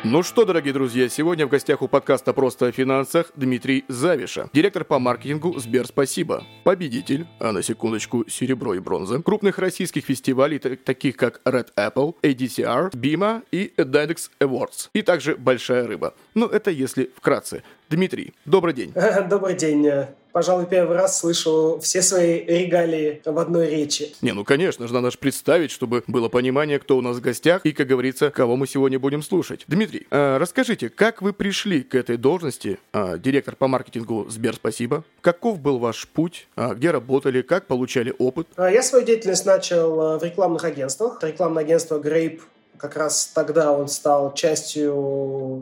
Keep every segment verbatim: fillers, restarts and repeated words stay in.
Ну что, дорогие друзья, сегодня в гостях у подкаста «Просто о финансах» Дмитрий Завиша, директор по маркетингу Сберспасибо, победитель, а на секундочку серебро и бронза, крупных российских фестивалей, таких как Red Apple, эй ди си ар, бима и Dynex Awards, и также «Большая рыба». Но это если вкратце. Дмитрий, добрый день. Добрый день. Пожалуй, первый раз слышу все свои регалии в одной речи. Не, ну конечно же, надо же представить, чтобы было понимание, кто у нас в гостях и, как говорится, кого мы сегодня будем слушать. Дмитрий, э, расскажите, как вы пришли к этой должности, э, директор по маркетингу Сберспасибо? Каков был ваш путь? Э, где работали? Как получали опыт? Я свою деятельность начал в рекламных агентствах. Рекламное агентство Grape, как раз тогда он стал частью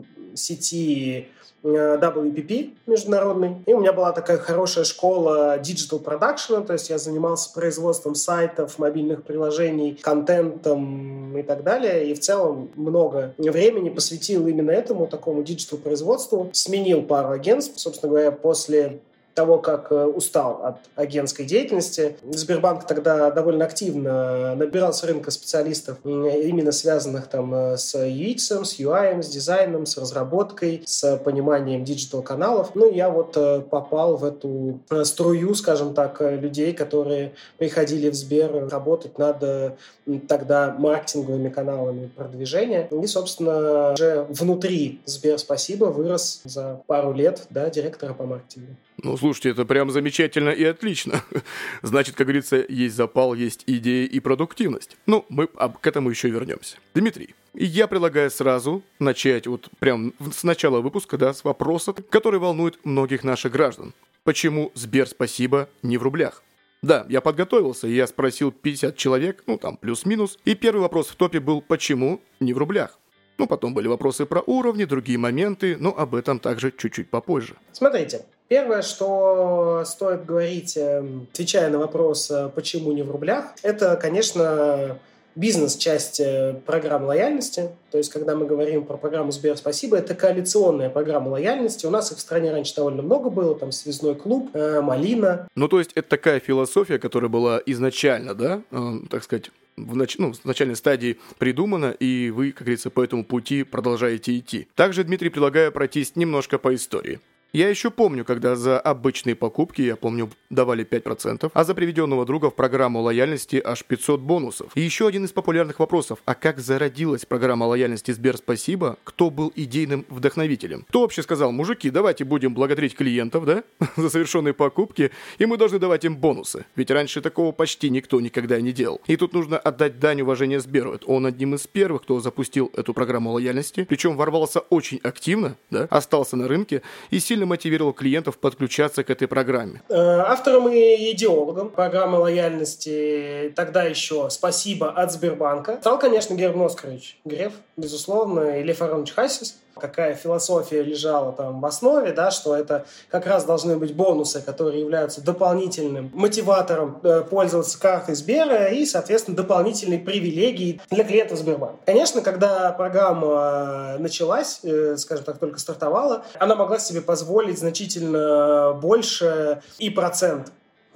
сети дабл ю пи пи международный. И у меня была такая хорошая школа digital production, то есть я занимался производством сайтов, мобильных приложений, контентом и так далее. И в целом много времени посвятил именно этому, такому диджитал производству. Сменил пару агентств, собственно говоря, после того, как устал от агентской деятельности. Сбербанк тогда довольно активно набирал с рынка специалистов, именно связанных там с ю экс, с ю ай, с дизайном, с разработкой, с пониманием диджитал-каналов. Ну, я вот попал в эту струю, скажем так, людей, которые приходили в Сбер работать над тогда маркетинговыми каналами продвижения. И, собственно, уже внутри Сберспасибо вырос за пару лет до директора по маркетингу. Ну, слушайте, это прям замечательно и отлично. Значит, как говорится, есть запал, есть идея и продуктивность. Ну, мы к этому еще вернемся. Дмитрий, я предлагаю сразу начать вот прям с начала выпуска, да, с вопроса, который волнует многих наших граждан. Почему Сберспасибо не в рублях? Да, я подготовился, и я спросил пятьдесят человек, ну там плюс-минус, и первый вопрос в топе был «Почему не в рублях?». Ну, потом были вопросы про уровни, другие моменты, но об этом также чуть-чуть попозже. Смотрите, первое, что стоит говорить, отвечая на вопрос «почему не в рублях?», это, конечно, бизнес-часть программы лояльности. То есть, когда мы говорим про программу Сберспасибо, это коалиционная программа лояльности. У нас их в стране раньше довольно много было, там «Связной клуб», «Малина». Ну, то есть, это такая философия, которая была изначально, да, э, так сказать, в, нач... ну, в начальной стадии придумана, и вы, как говорится, по этому пути продолжаете идти. Также, Дмитрий, предлагаю пройтись немножко по истории. Я еще помню, когда за обычные покупки, я помню, давали пять процентов, а за приведенного друга в программу лояльности аж пятьсот бонусов. И еще один из популярных вопросов: а как зародилась программа лояльности Сберспасибо? Кто был идейным вдохновителем? Кто вообще сказал: мужики, давайте будем благодарить клиентов, да, за совершенные покупки, и мы должны давать им бонусы? Ведь раньше такого почти никто никогда не делал. И тут нужно отдать дань уважения Сберу. Он одним из первых, кто запустил эту программу лояльности, причем ворвался очень активно, да, остался на рынке и сильно мотивировал клиентов подключаться к этой программе. Автором и идеологом программы лояльности тогда еще «Спасибо» от Сбербанка стал, конечно, Герман Оскарович Греф, безусловно, и Лев Аронович Хасис. Какая философия лежала там в основе, да, что это как раз должны быть бонусы, которые являются дополнительным мотиватором э, пользоваться картой Сбера и, соответственно, дополнительной привилегией для клиентов Сбербанка. Конечно, когда программа началась, э, скажем так, только стартовала, она могла себе позволить значительно больше и процент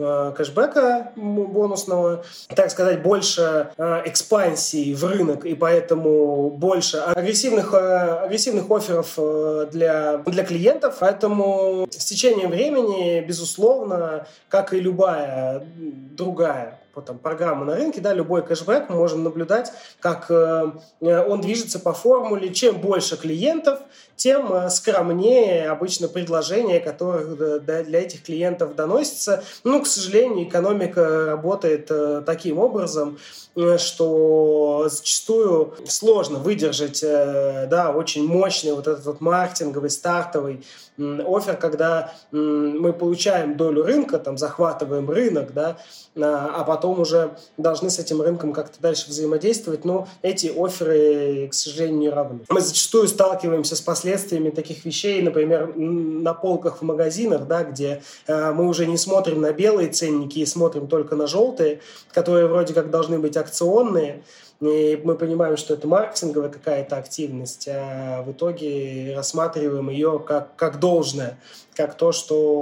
кэшбэка бонусного, так сказать, больше э, экспансии в рынок и поэтому больше агрессивных, э, агрессивных офферов э, для, для клиентов. Поэтому с течением времени, безусловно, как и любая другая там, программа на рынке, да, любой кэшбэк, мы можем наблюдать, как э, он движется по формуле: чем больше клиентов, тем э, скромнее обычно предложение, которое да, для этих клиентов доносится. Ну, к сожалению, экономика работает э, таким образом, э, что зачастую сложно выдержать э, да, очень мощный вот этот вот маркетинговый, стартовый э, оффер, когда э, мы получаем долю рынка, там, захватываем рынок, да, а потом уже должны с этим рынком как-то дальше взаимодействовать, но эти офферы, к сожалению, не равны. Мы зачастую сталкиваемся с последствиями таких вещей, например, на полках в магазинах, да, где э, мы уже не смотрим на белые ценники и смотрим только на желтые, которые вроде как должны быть акционные, и мы понимаем, что это маркетинговая какая-то активность, а в итоге рассматриваем ее как, как должное, как то,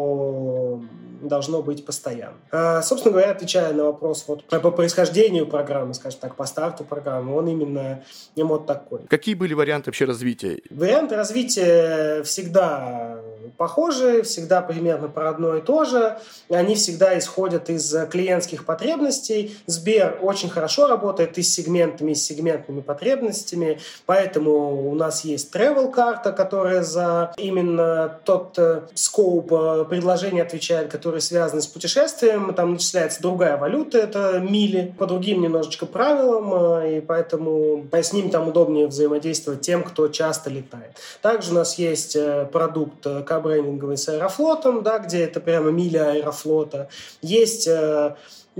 что должно быть постоянно. А, собственно говоря, отвечая на вопрос вот по происхождению программы, скажем так, по старту программы, он именно вот такой. Какие были варианты вообще развития? Варианты развития всегда похожи, всегда примерно про одно и то же. Они всегда исходят из клиентских потребностей. Сбер очень хорошо работает и с сегментами, и с сегментными потребностями, поэтому у нас есть travel-карта, которая за именно тот скоуп предложения отвечает, который связан с путешествием. Там начисляется другая валюта, это мили, по другим немножечко правилам, и поэтому с ним там удобнее взаимодействовать тем, кто часто летает. Также у нас есть продукт кабрендинговый с Аэрофлотом, да, где это прямо миля Аэрофлота. Есть э,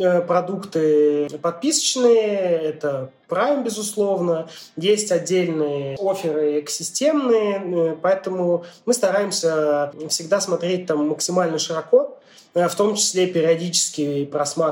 продукты подписочные, это Prime, безусловно. Есть отдельные офферы экосистемные, поэтому мы стараемся всегда смотреть там максимально широко, в том числе периодически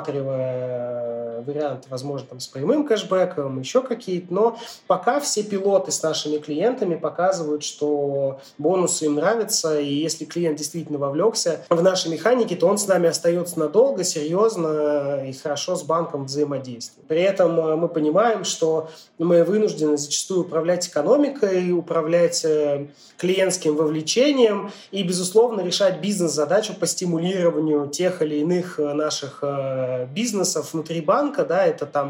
просматривая варианты, возможно, там, с прямым кэшбэком, еще какие-то, но пока все пилоты с нашими клиентами показывают, что бонусы им нравятся, и если клиент действительно вовлекся в наши механики, то он с нами остается надолго, серьезно и хорошо с банком взаимодействует. При этом мы понимаем, что мы вынуждены зачастую управлять экономикой, управлять клиентским вовлечением и, безусловно, решать бизнес-задачу по стимулированию тех или иных наших бизнесов внутри банка, да, это там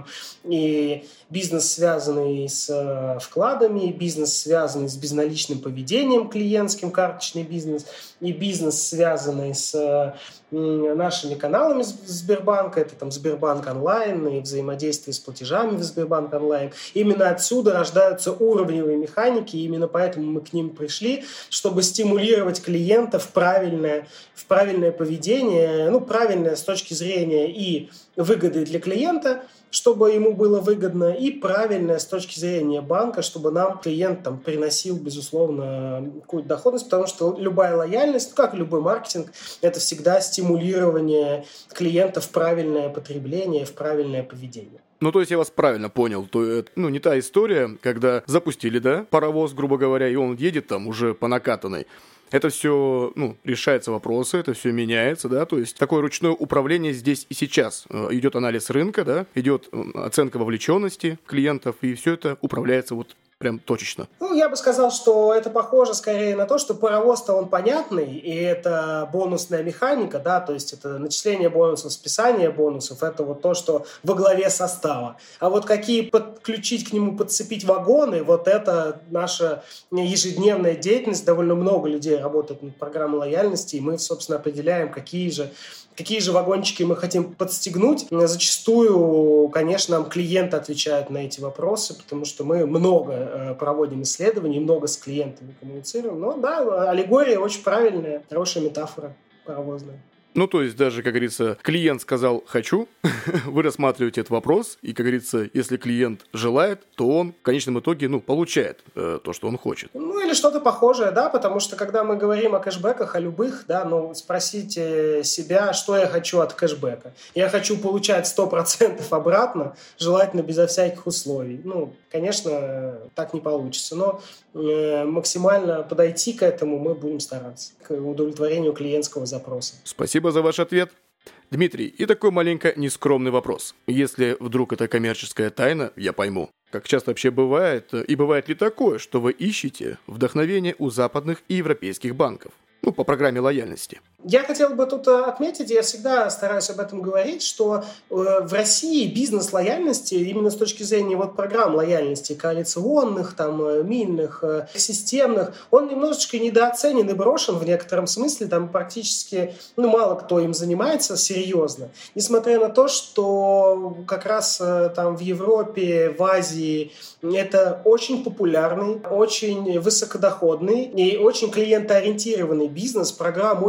и бизнес, связанный с вкладами, и бизнес, связанный с безналичным поведением клиентским, карточный бизнес, и бизнес, связанный с нашими каналами Сбербанка, это там Сбербанк онлайн и взаимодействие с платежами в Сбербанк онлайн. Именно отсюда рождаются уровневые механики, и именно поэтому мы к ним пришли, чтобы стимулировать клиента в правильное, в правильное поведение, ну, правильное с точки зрения и выгоды для клиента, чтобы ему было выгодно, и правильное с точки зрения банка, чтобы нам клиент там приносил, безусловно, какую-то доходность, потому что любая лояльность, как и любой маркетинг, это всегда стимулирование клиента в правильное потребление, в правильное поведение. Ну, то есть я вас правильно понял, то это, ну, не та история, когда запустили, да, паровоз, грубо говоря, и он едет там уже по накатанной. Это все, ну, решается вопросы, это все меняется, да, то есть такое ручное управление здесь и сейчас. Идет анализ рынка, да, идет оценка вовлеченности клиентов, и все это управляется вот прям точечно. Ну, я бы сказал, что это похоже скорее на то, что паровоз-то он понятный, и это бонусная механика, да, то есть это начисление бонусов, списание бонусов, это вот то, что во главе состава. А вот какие подключить к нему, подцепить вагоны, вот это наша ежедневная деятельность, довольно много людей работает над программой лояльности, и мы, собственно, определяем, какие же Какие же вагончики мы хотим подстегнуть? Зачастую, конечно, нам клиенты отвечают на эти вопросы, потому что мы много проводим исследований, много с клиентами коммуницируем. Но да, аллегория очень правильная, хорошая метафора паровозная. Ну, то есть даже, как говорится, клиент сказал «хочу», вы рассматриваете этот вопрос, и, как говорится, если клиент желает, то он в конечном итоге, ну, получает э, то, что он хочет. Ну, или что-то похожее, да, потому что, когда мы говорим о кэшбэках, о любых, да, ну, спросите себя, что я хочу от кэшбэка. Я хочу получать сто процентов обратно, желательно безо всяких условий. Ну, конечно, так не получится, но э, максимально подойти к этому мы будем стараться, к удовлетворению клиентского запроса. Спасибо за ваш ответ. Дмитрий, и такой маленько нескромный вопрос. Если вдруг это коммерческая тайна, я пойму. Как часто вообще бывает, и бывает ли такое, что вы ищете вдохновение у западных и европейских банков? Ну, по программе лояльности. Я хотел бы тут отметить, я всегда стараюсь об этом говорить, что в России бизнес лояльности, именно с точки зрения вот программ лояльности, коалиционных, там, мильных, системных, он немножечко недооценен и брошен в некотором смысле, там практически, ну, мало кто им занимается серьезно. Несмотря на то, что как раз там в Европе, в Азии это очень популярный, очень высокодоходный и очень клиентоориентированный бизнес, программ очень много,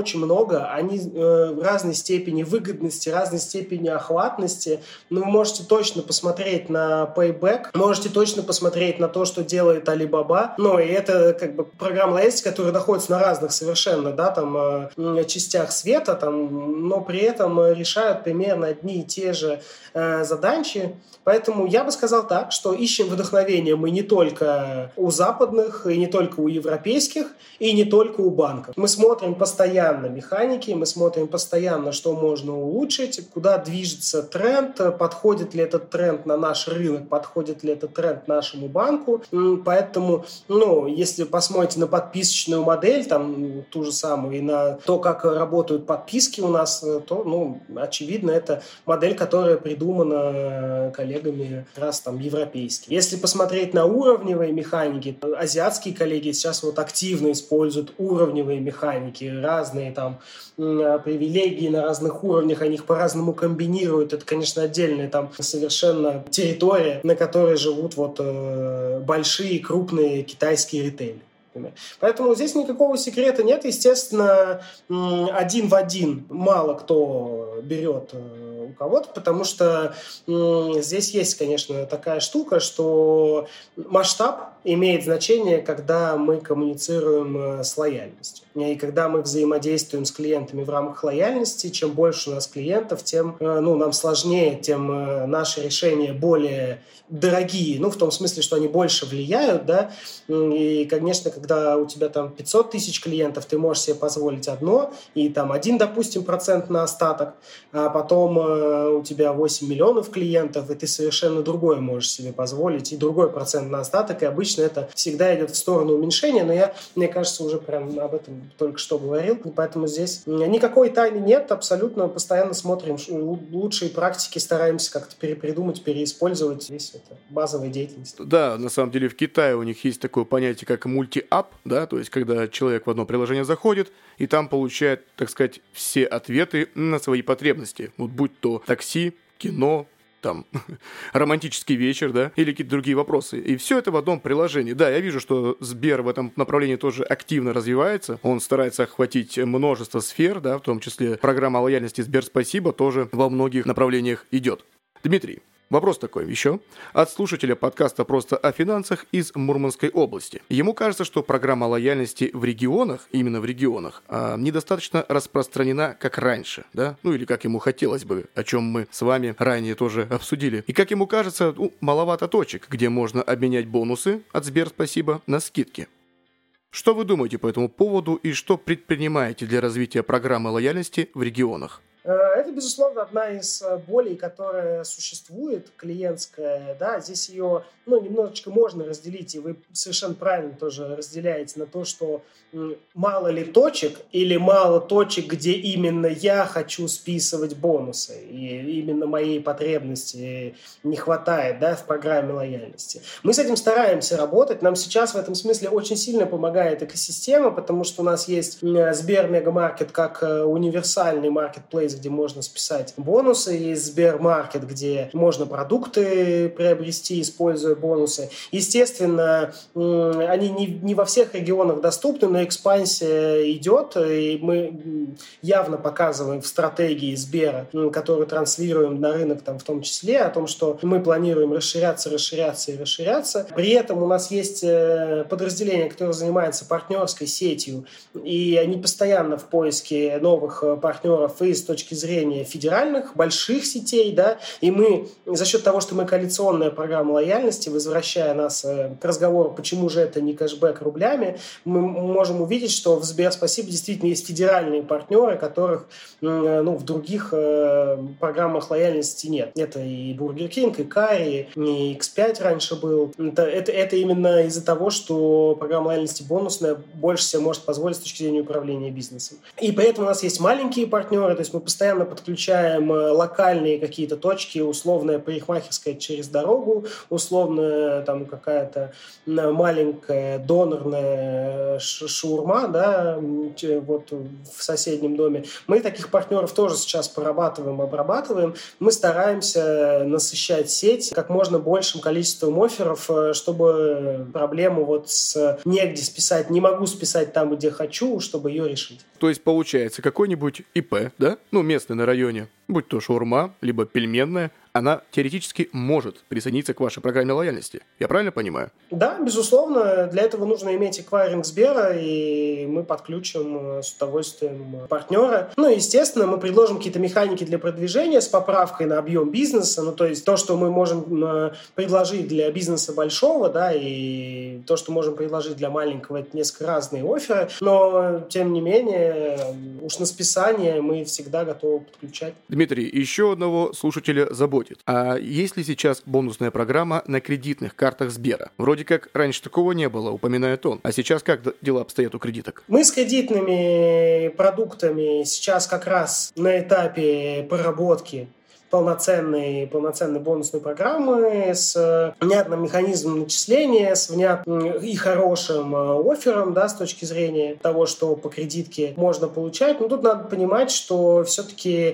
много, они э, в разной степени выгодности, разной степени охватности. Но вы можете точно посмотреть на Payback, можете точно посмотреть на то, что делает Alibaba. Ну, и это как бы программа лояльности, которая находится на разных совершенно, да, там, э, частях света, там, но при этом решают примерно одни и те же э, задачи. Поэтому я бы сказал так, что ищем вдохновение мы не только у западных, и не только у европейских, и не только у банков. Мы смотрим постоянно механики, мы смотрим постоянно, что можно улучшить, куда движется тренд, подходит ли этот тренд на наш рынок, подходит ли этот тренд нашему банку. Поэтому, ну, если посмотрите на подписочную модель, там, ту же самую, и на то, как работают подписки у нас, то, ну, очевидно, это модель, которая придумана коллегами как раз там европейские. Если посмотреть на уровневые механики, азиатские коллеги сейчас вот активно используют уровневые механики, разные там привилегии на разных уровнях, они их по-разному комбинируют. Это, конечно, отдельная там совершенно территория, на которой живут вот э, большие, крупные китайские ритейлеры. Поэтому здесь никакого секрета нет. Естественно, один в один мало кто берет у кого-то, потому что здесь есть, конечно, такая штука, что масштаб имеет значение, когда мы коммуницируем с лояльностью. И когда мы взаимодействуем с клиентами в рамках лояльности, чем больше у нас клиентов, тем ну, нам сложнее, тем наши решения более дорогие, ну, в том смысле, что они больше влияют, да, и, конечно, когда у тебя там пятьсот тысяч клиентов, ты можешь себе позволить одно, и там один, допустим, процент на остаток, а потом э, у тебя восемь миллионов клиентов, и ты совершенно другое можешь себе позволить, и другой процент на остаток, и обычно это всегда идет в сторону уменьшения, но я, мне кажется, уже прям об этом только что говорил, поэтому здесь никакой тайны нет, абсолютно постоянно смотрим лучшие практики, стараемся как-то перепридумать, переиспользовать здесь. Это базовая деятельность. Да, на самом деле в Китае у них есть такое понятие, как мульти-ап, да, то есть когда человек в одно приложение заходит и там получает, так сказать, все ответы на свои потребности. Вот будь то такси, кино, там, романтический вечер, да, или какие-то другие вопросы. И все это в одном приложении. Да, я вижу, что Сбер в этом направлении тоже активно развивается. Он старается охватить множество сфер, да, в том числе программа лояльности Сбер Спасибо тоже во многих направлениях идет. Дмитрий, вопрос такой еще. От слушателя подкаста «Просто о финансах» из Мурманской области. Ему кажется, что программа лояльности в регионах, именно в регионах, недостаточно распространена, как раньше, да? Ну или как ему хотелось бы, о чем мы с вами ранее тоже обсудили. И как ему кажется, ну, маловато точек, где можно обменять бонусы от Сбер Спасибо на скидки. Что вы думаете по этому поводу и что предпринимаете для развития программы лояльности в регионах? Это, безусловно, одна из болей, которая существует, клиентская, да, здесь ее, ну, немножечко можно разделить, и вы совершенно правильно тоже разделяете на то, что мало ли точек или мало точек, где именно я хочу списывать бонусы, и именно моей потребности не хватает, да, в программе лояльности. Мы с этим стараемся работать, нам сейчас в этом смысле очень сильно помогает экосистема, потому что у нас есть Сбер Мегамаркет как универсальный маркетплейс, где можно списать бонусы, есть Сбермаркет, где можно продукты приобрести, используя бонусы. Естественно, они не, не во всех регионах доступны, но экспансия идет, и мы явно показываем в стратегии Сбера, которую транслируем на рынок, там, в том числе, о том, что мы планируем расширяться, расширяться и расширяться. При этом у нас есть подразделение, которое занимается партнерской сетью, и они постоянно в поиске новых партнеров и с точки зрения федеральных, больших сетей, да, и мы за счет того, что мы коалиционная программа лояльности, возвращая нас к разговору, почему же это не кэшбэк рублями, мы можем увидеть, что в Сбер Спасибо действительно есть федеральные партнеры, которых ну, в других э, программах лояльности нет. Это и Бургер Кинг, и Карри, и икс пять раньше был. Это, это, это именно из-за того, что программа лояльности бонусная больше себе может позволить с точки зрения управления бизнесом. И при этом у нас есть маленькие партнеры, то есть мы постоянно подключаем локальные какие-то точки, условная парикмахерская через дорогу, условная там какая-то маленькая донорная шаурма, да, вот в соседнем доме. Мы таких партнеров тоже сейчас прорабатываем, обрабатываем. Мы стараемся насыщать сеть как можно большим количеством офферов, чтобы проблему вот с негде списать, не могу списать там, где хочу, чтобы ее решить. То есть, получается, какой-нибудь ИП, да, ну, местный на районе, будь то шаурма, либо пельменная, она теоретически может присоединиться к вашей программе лояльности. Я правильно понимаю? Да, безусловно. Для этого нужно иметь эквайринг Сбера, и мы подключим с удовольствием партнера. Ну, естественно, мы предложим какие-то механики для продвижения с поправкой на объем бизнеса. Ну, то есть то, что мы можем предложить для бизнеса большого, да, и то, что можем предложить для маленького, это несколько разные офферы. Но, тем не менее, уж на списание мы всегда готовы подключать. Дмитрий, еще одного слушателя заботит. А есть ли сейчас бонусная программа на кредитных картах Сбера? Вроде как раньше такого не было, упоминает он. А сейчас как дела обстоят у кредиток? Мы с кредитными продуктами сейчас как раз на этапе проработки полноценной, полноценной бонусной программы с внятным механизмом начисления, с внятным и хорошим оффером, да, с точки зрения того, что по кредитке можно получать. Но тут надо понимать, что все-таки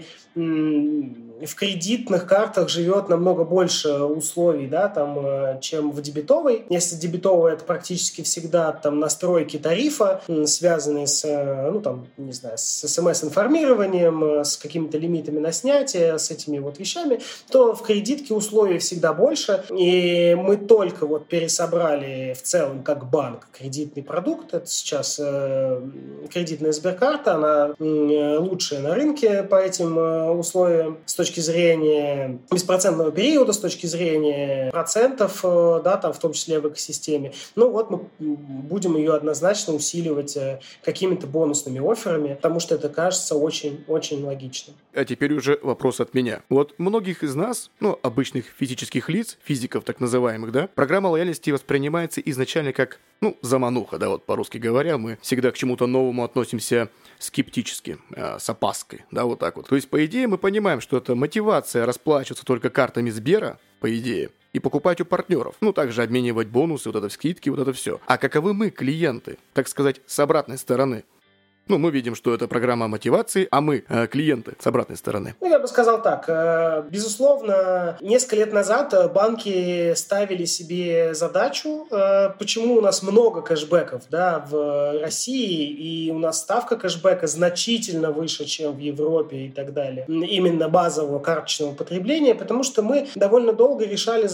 в кредитных картах живет намного больше условий, да, там, чем в дебетовой. Если дебетовая, это практически всегда там настройки тарифа, связанные с, ну, там, не знаю, с смс-информированием, с какими-то лимитами на снятие, с этими вот вещами, то в кредитке условий всегда больше. И мы только вот пересобрали в целом как банк кредитный продукт. Это сейчас э, кредитная Сберкарта, она э, лучшая на рынке по этим э, условиям с точки зрения беспроцентного периода, с точки зрения процентов, да, там в том числе в экосистеме. Ну вот мы будем ее однозначно усиливать какими-то бонусными офферами, потому что это кажется очень-очень логичным. А теперь уже вопрос от меня. Вот многих из нас, ну, обычных физических лиц, физиков так называемых, да, программа лояльности воспринимается изначально как, ну, замануха, да, вот по-русски говоря, мы всегда к чему-то новому относимся скептически, э, с опаской, да, вот так вот. То есть, по идее, мы понимаем, что это мотивация расплачиваться только картами Сбера, по идее, и покупать у партнеров. Ну, также обменивать бонусы, вот это скидки, вот это все. А каковы мы, клиенты, так сказать, с обратной стороны? Ну, мы видим, что это программа мотивации, а мы, э, клиенты, с обратной стороны. Ну, я бы сказал так. Э, безусловно, несколько лет назад банки ставили себе задачу, э, почему у нас много кэшбэков, да, в России, и у нас ставка кэшбэка значительно выше, чем в Европе и так далее. Именно базового карточного потребления, потому что мы довольно долго решали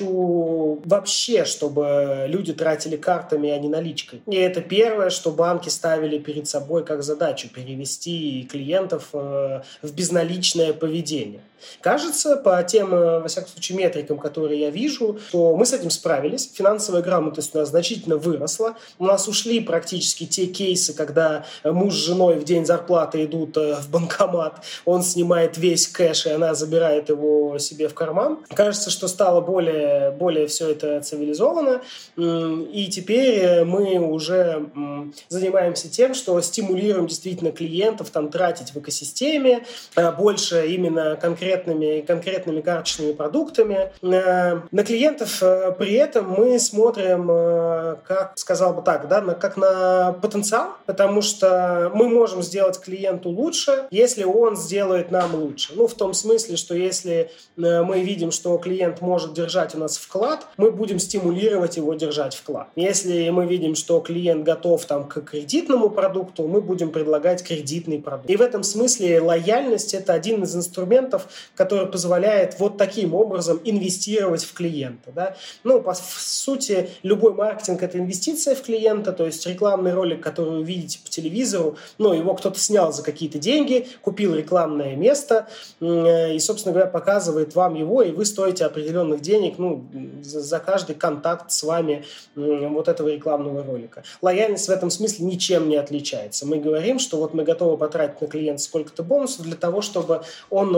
задачу вообще, чтобы люди тратили картами, а не наличкой. И это первое, что банки ставили перед собой как задачу — перевести клиентов в безналичное поведение. Кажется, по тем, во всяком случае, метрикам, которые я вижу, что мы с этим справились. Финансовая грамотность у нас значительно выросла. У нас ушли практически те кейсы, когда муж с женой в день зарплаты идут в банкомат, он снимает весь кэш, и она забирает его себе в карман. Кажется, что стало более, более все это цивилизовано. И теперь мы уже занимаемся тем, что стимулируем действительно клиентов там тратить в экосистеме больше именно конкретно Конкретными, конкретными карточными продуктами. На клиентов при этом мы смотрим, как сказал бы так, да, как на потенциал, потому что мы можем сделать клиенту лучше, если он сделает нам лучше. Ну, в том смысле, что если мы видим, что клиент может держать у нас вклад, мы будем стимулировать его держать вклад. Если мы видим, что клиент готов там, к кредитному продукту, мы будем предлагать кредитный продукт. И в этом смысле лояльность — это один из инструментов, который позволяет вот таким образом инвестировать в клиента. Да? Ну, по сути, любой маркетинг — это инвестиция в клиента, то есть рекламный ролик, который вы видите по телевизору, ну, его кто-то снял за какие-то деньги, купил рекламное место и, собственно говоря, показывает вам его, и вы стоите определенных денег, ну, за каждый контакт с вами вот этого рекламного ролика. Лояльность в этом смысле ничем не отличается. Мы говорим, что вот мы готовы потратить на клиента сколько-то бонусов для того, чтобы он совершил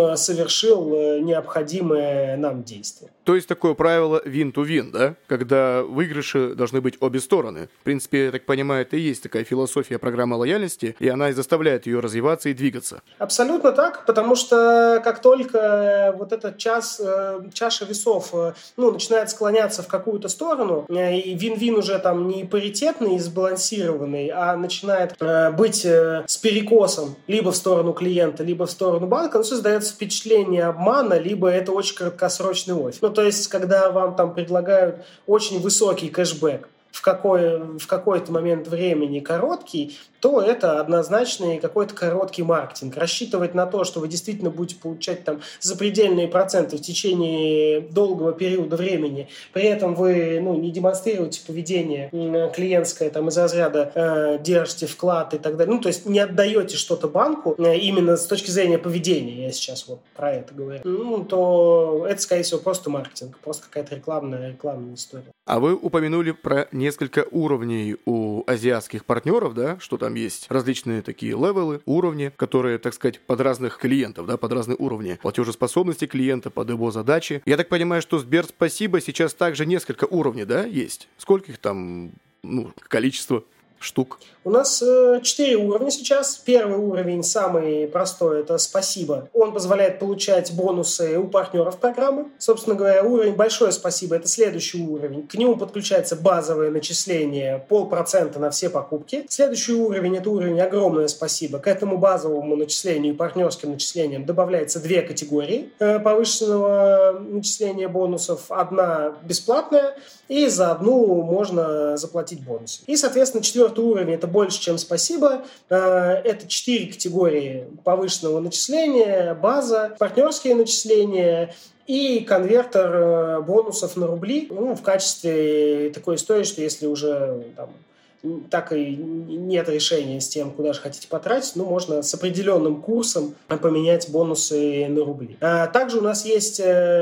совершил необходимое нам действие. То есть такое правило win-to-win, да? Когда выигрыши должны быть обе стороны. В принципе, я так понимаю, это и есть такая философия программы лояльности, и она и заставляет ее развиваться и двигаться. Абсолютно так, потому что как только вот этот час, чаша весов ну, начинает склоняться в какую-то сторону, и вин-вин уже там не паритетный и сбалансированный, а начинает быть с перекосом либо в сторону клиента, либо в сторону банка, ну, создается впечатление обмана, либо это очень краткосрочный оффер. Ну, то есть, когда вам там предлагают очень высокий кэшбэк в, какой, в какой-то момент времени короткий, то это однозначно какой-то короткий маркетинг. Рассчитывать на то, что вы действительно будете получать там запредельные проценты в течение долгого периода времени, при этом вы ну, не демонстрируете поведение клиентское там, из разряда э, держите вклад и так далее, ну то есть не отдаете что-то банку э, именно с точки зрения поведения, я сейчас вот про это говорю, ну, то это, скорее всего, просто маркетинг, просто какая-то рекламная, рекламная история. А вы упомянули про несколько уровней у азиатских партнеров, да, что там есть различные такие левелы, уровни, которые, так сказать, под разных клиентов, да, под разные уровни платежеспособности клиента, под его задачи. Я так понимаю, что Сберспасибо сейчас также несколько уровней, да, есть? Сколько их там, ну, количество штук? У нас четыре э, уровня сейчас. Первый уровень, самый простой, это «Спасибо». Он позволяет получать бонусы у партнеров программы. Собственно говоря, уровень «Большое спасибо» — это следующий уровень. К нему подключается базовое начисление, полпроцента на все покупки. Следующий уровень — это уровень «Огромное спасибо». К этому базовому начислению и партнерским начислениям добавляется две категории э, повышенного начисления бонусов. Одна бесплатная, и за одну можно заплатить бонусы. И, соответственно, четвертый уровень — это больше, чем спасибо. Это четыре категории повышенного начисления, база, партнерские начисления и конвертер бонусов на рубли. Ну, в качестве такой истории, что если уже там, так и нет решения с тем, куда же хотите потратить, ну, можно с определенным курсом поменять бонусы на рубли. А также у нас есть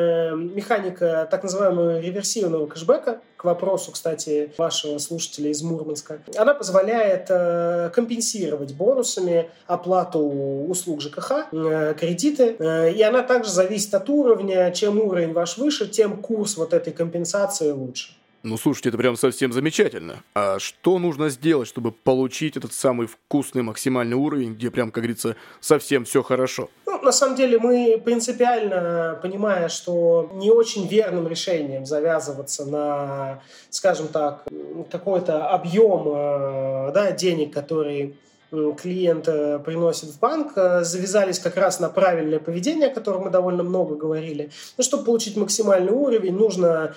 механика так называемого реверсивного кэшбэка, к вопросу, кстати, вашего слушателя из Мурманска. Она позволяет компенсировать бонусами оплату услуг ЖКХ, кредиты, и она также зависит от уровня. Чем уровень ваш выше, тем курс вот этой компенсации лучше. Ну, слушайте, это прям совсем замечательно. А что нужно сделать, чтобы получить этот самый вкусный максимальный уровень, где прям, как говорится, совсем все хорошо? Ну, на самом деле мы принципиально, понимая, что не очень верным решением завязываться на, скажем так, какой-то объем да, денег, который клиент приносит в банк, завязались как раз на правильное поведение, о котором мы довольно много говорили. Но чтобы получить максимальный уровень, нужно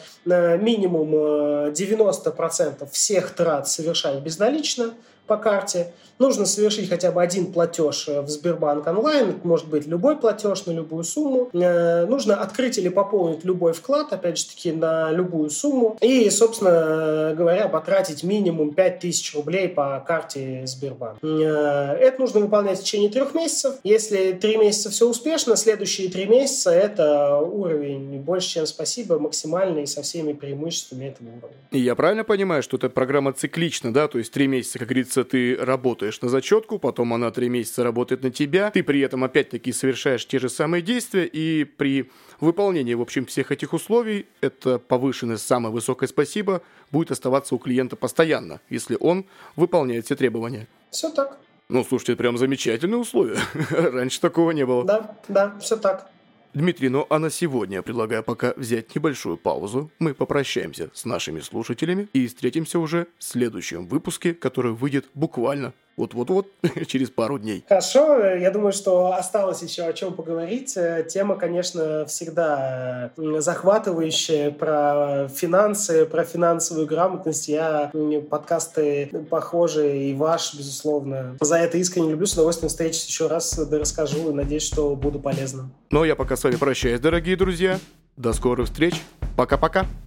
минимум девяносто процентов всех трат совершать безналично по карте. Нужно совершить хотя бы один платеж в Сбербанк онлайн. Это может быть любой платеж на любую сумму. Нужно открыть или пополнить любой вклад, опять же таки, на любую сумму. И, собственно говоря, потратить минимум пять тысяч рублей по карте Сбербанк. Это нужно выполнять в течение трех месяцев. Если три месяца все успешно, следующие три месяца это уровень больше, чем спасибо, максимальный со всеми преимуществами этого уровня. И я правильно понимаю, что эта программа циклична, да? То есть три месяца, как говорится, ты работаешь на зачетку, потом она три месяца работает на тебя, ты при этом опять-таки совершаешь те же самые действия, и при выполнении, в общем, всех этих условий это повышенное самое высокое спасибо будет оставаться у клиента постоянно, если он выполняет все требования. Все так. Ну, слушайте, это прям замечательные условия. Раньше такого не было. Да, да, все так. Дмитрий, ну а на сегодня я предлагаю пока взять небольшую паузу. Мы попрощаемся с нашими слушателями и встретимся уже в следующем выпуске, который выйдет буквально вот-вот-вот через пару дней. Хорошо, я думаю, что осталось еще о чем поговорить. Тема, конечно, всегда захватывающая про финансы, про финансовую грамотность. Я подкасты похожие и ваш, безусловно. За это искренне люблю. С удовольствием встретюсь еще раз, да расскажу и надеюсь, что буду полезным. Ну а я пока с вами прощаюсь, дорогие друзья. До скорых встреч. Пока-пока.